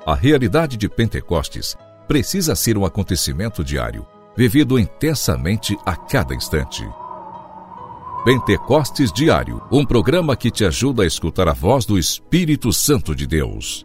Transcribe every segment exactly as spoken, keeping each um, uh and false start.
A realidade de Pentecostes precisa ser um acontecimento diário, vivido intensamente a cada instante. Pentecostes Diário, um programa que te ajuda a escutar a voz do Espírito Santo de Deus.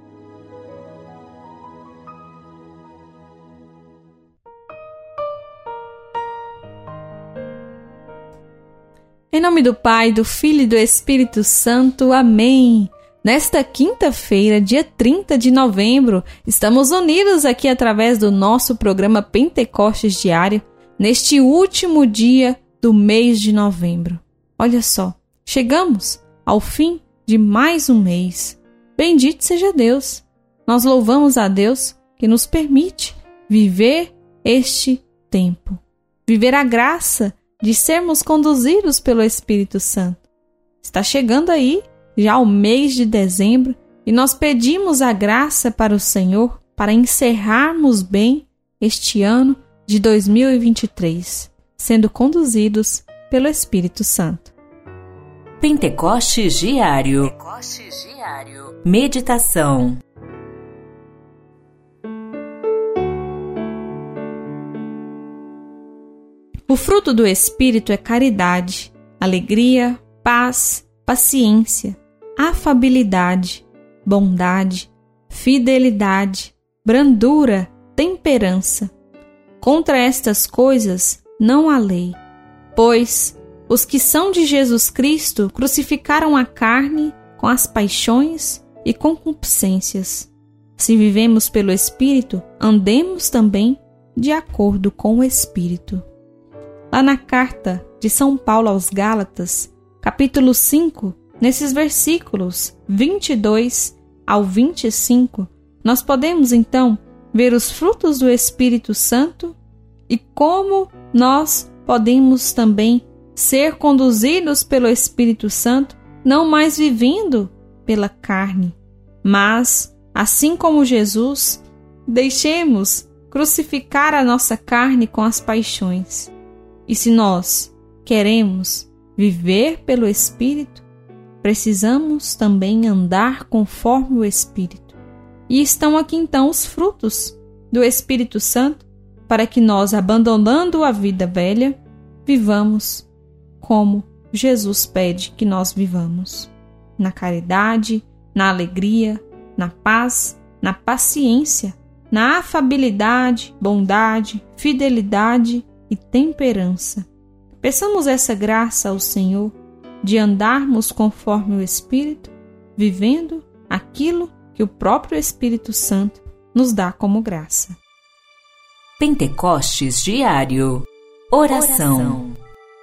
Em nome do Pai, do Filho e do Espírito Santo. Amém. Nesta quinta-feira, dia trinta de novembro, estamos unidos aqui através do nosso programa Pentecostes Diário, neste último dia do mês de novembro. Olha só, chegamos ao fim de mais um mês. Bendito seja Deus. Nós louvamos a Deus que nos permite viver este tempo, viver a graça de sermos conduzidos pelo Espírito Santo. Está chegando aí já o mês de dezembro e nós pedimos a graça para o Senhor para encerrarmos bem este ano de dois mil e vinte e três, sendo conduzidos pelo Espírito Santo. Pentecostes Diário. Pentecostes Diário. Meditação. O fruto do Espírito é caridade, alegria, paz, paciência, afabilidade, bondade, fidelidade, brandura, temperança. Contra estas coisas não há lei, pois os que são de Jesus Cristo crucificaram a carne com as paixões e concupiscências. Se vivemos pelo Espírito, andemos também de acordo com o Espírito. Lá na carta de São Paulo aos Gálatas, capítulo cinco, nesses versículos vinte e dois ao vinte e cinco, nós podemos então ver os frutos do Espírito Santo e como nós podemos também ser conduzidos pelo Espírito Santo, não mais vivendo pela carne, mas, assim como Jesus, deixemos crucificar a nossa carne com as paixões. E se nós queremos viver pelo Espírito, precisamos também andar conforme o Espírito. E estão aqui então os frutos do Espírito Santo, para que nós, abandonando a vida velha, vivamos como Jesus pede que nós vivamos. Na caridade, na alegria, na paz, na paciência, na afabilidade, bondade, fidelidade e temperança. Peçamos essa graça ao Senhor de andarmos conforme o Espírito, vivendo aquilo que o próprio Espírito Santo nos dá como graça. Pentecostes Diário. Oração. Oração.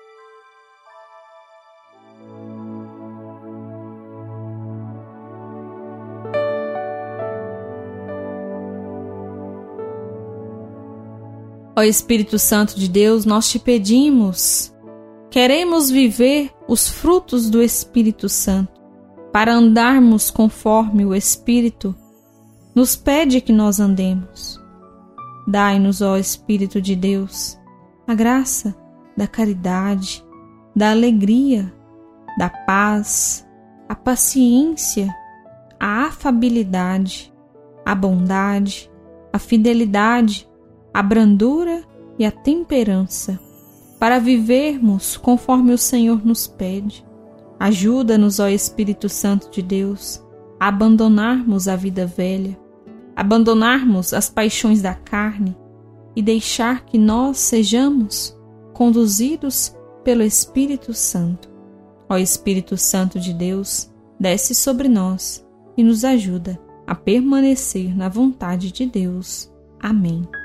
Ó Espírito Santo de Deus, nós te pedimos, queremos viver os frutos do Espírito Santo, para andarmos conforme o Espírito nos pede que nós andemos. Dai-nos, ó Espírito de Deus, a graça da caridade, da alegria, da paz, a paciência, a afabilidade, a bondade, a fidelidade, a brandura e a temperança, para vivermos conforme o Senhor nos pede. Ajuda-nos, ó Espírito Santo de Deus, a abandonarmos a vida velha, abandonarmos as paixões da carne e deixar que nós sejamos conduzidos pelo Espírito Santo. Ó Espírito Santo de Deus, desce sobre nós e nos ajuda a permanecer na vontade de Deus. Amém.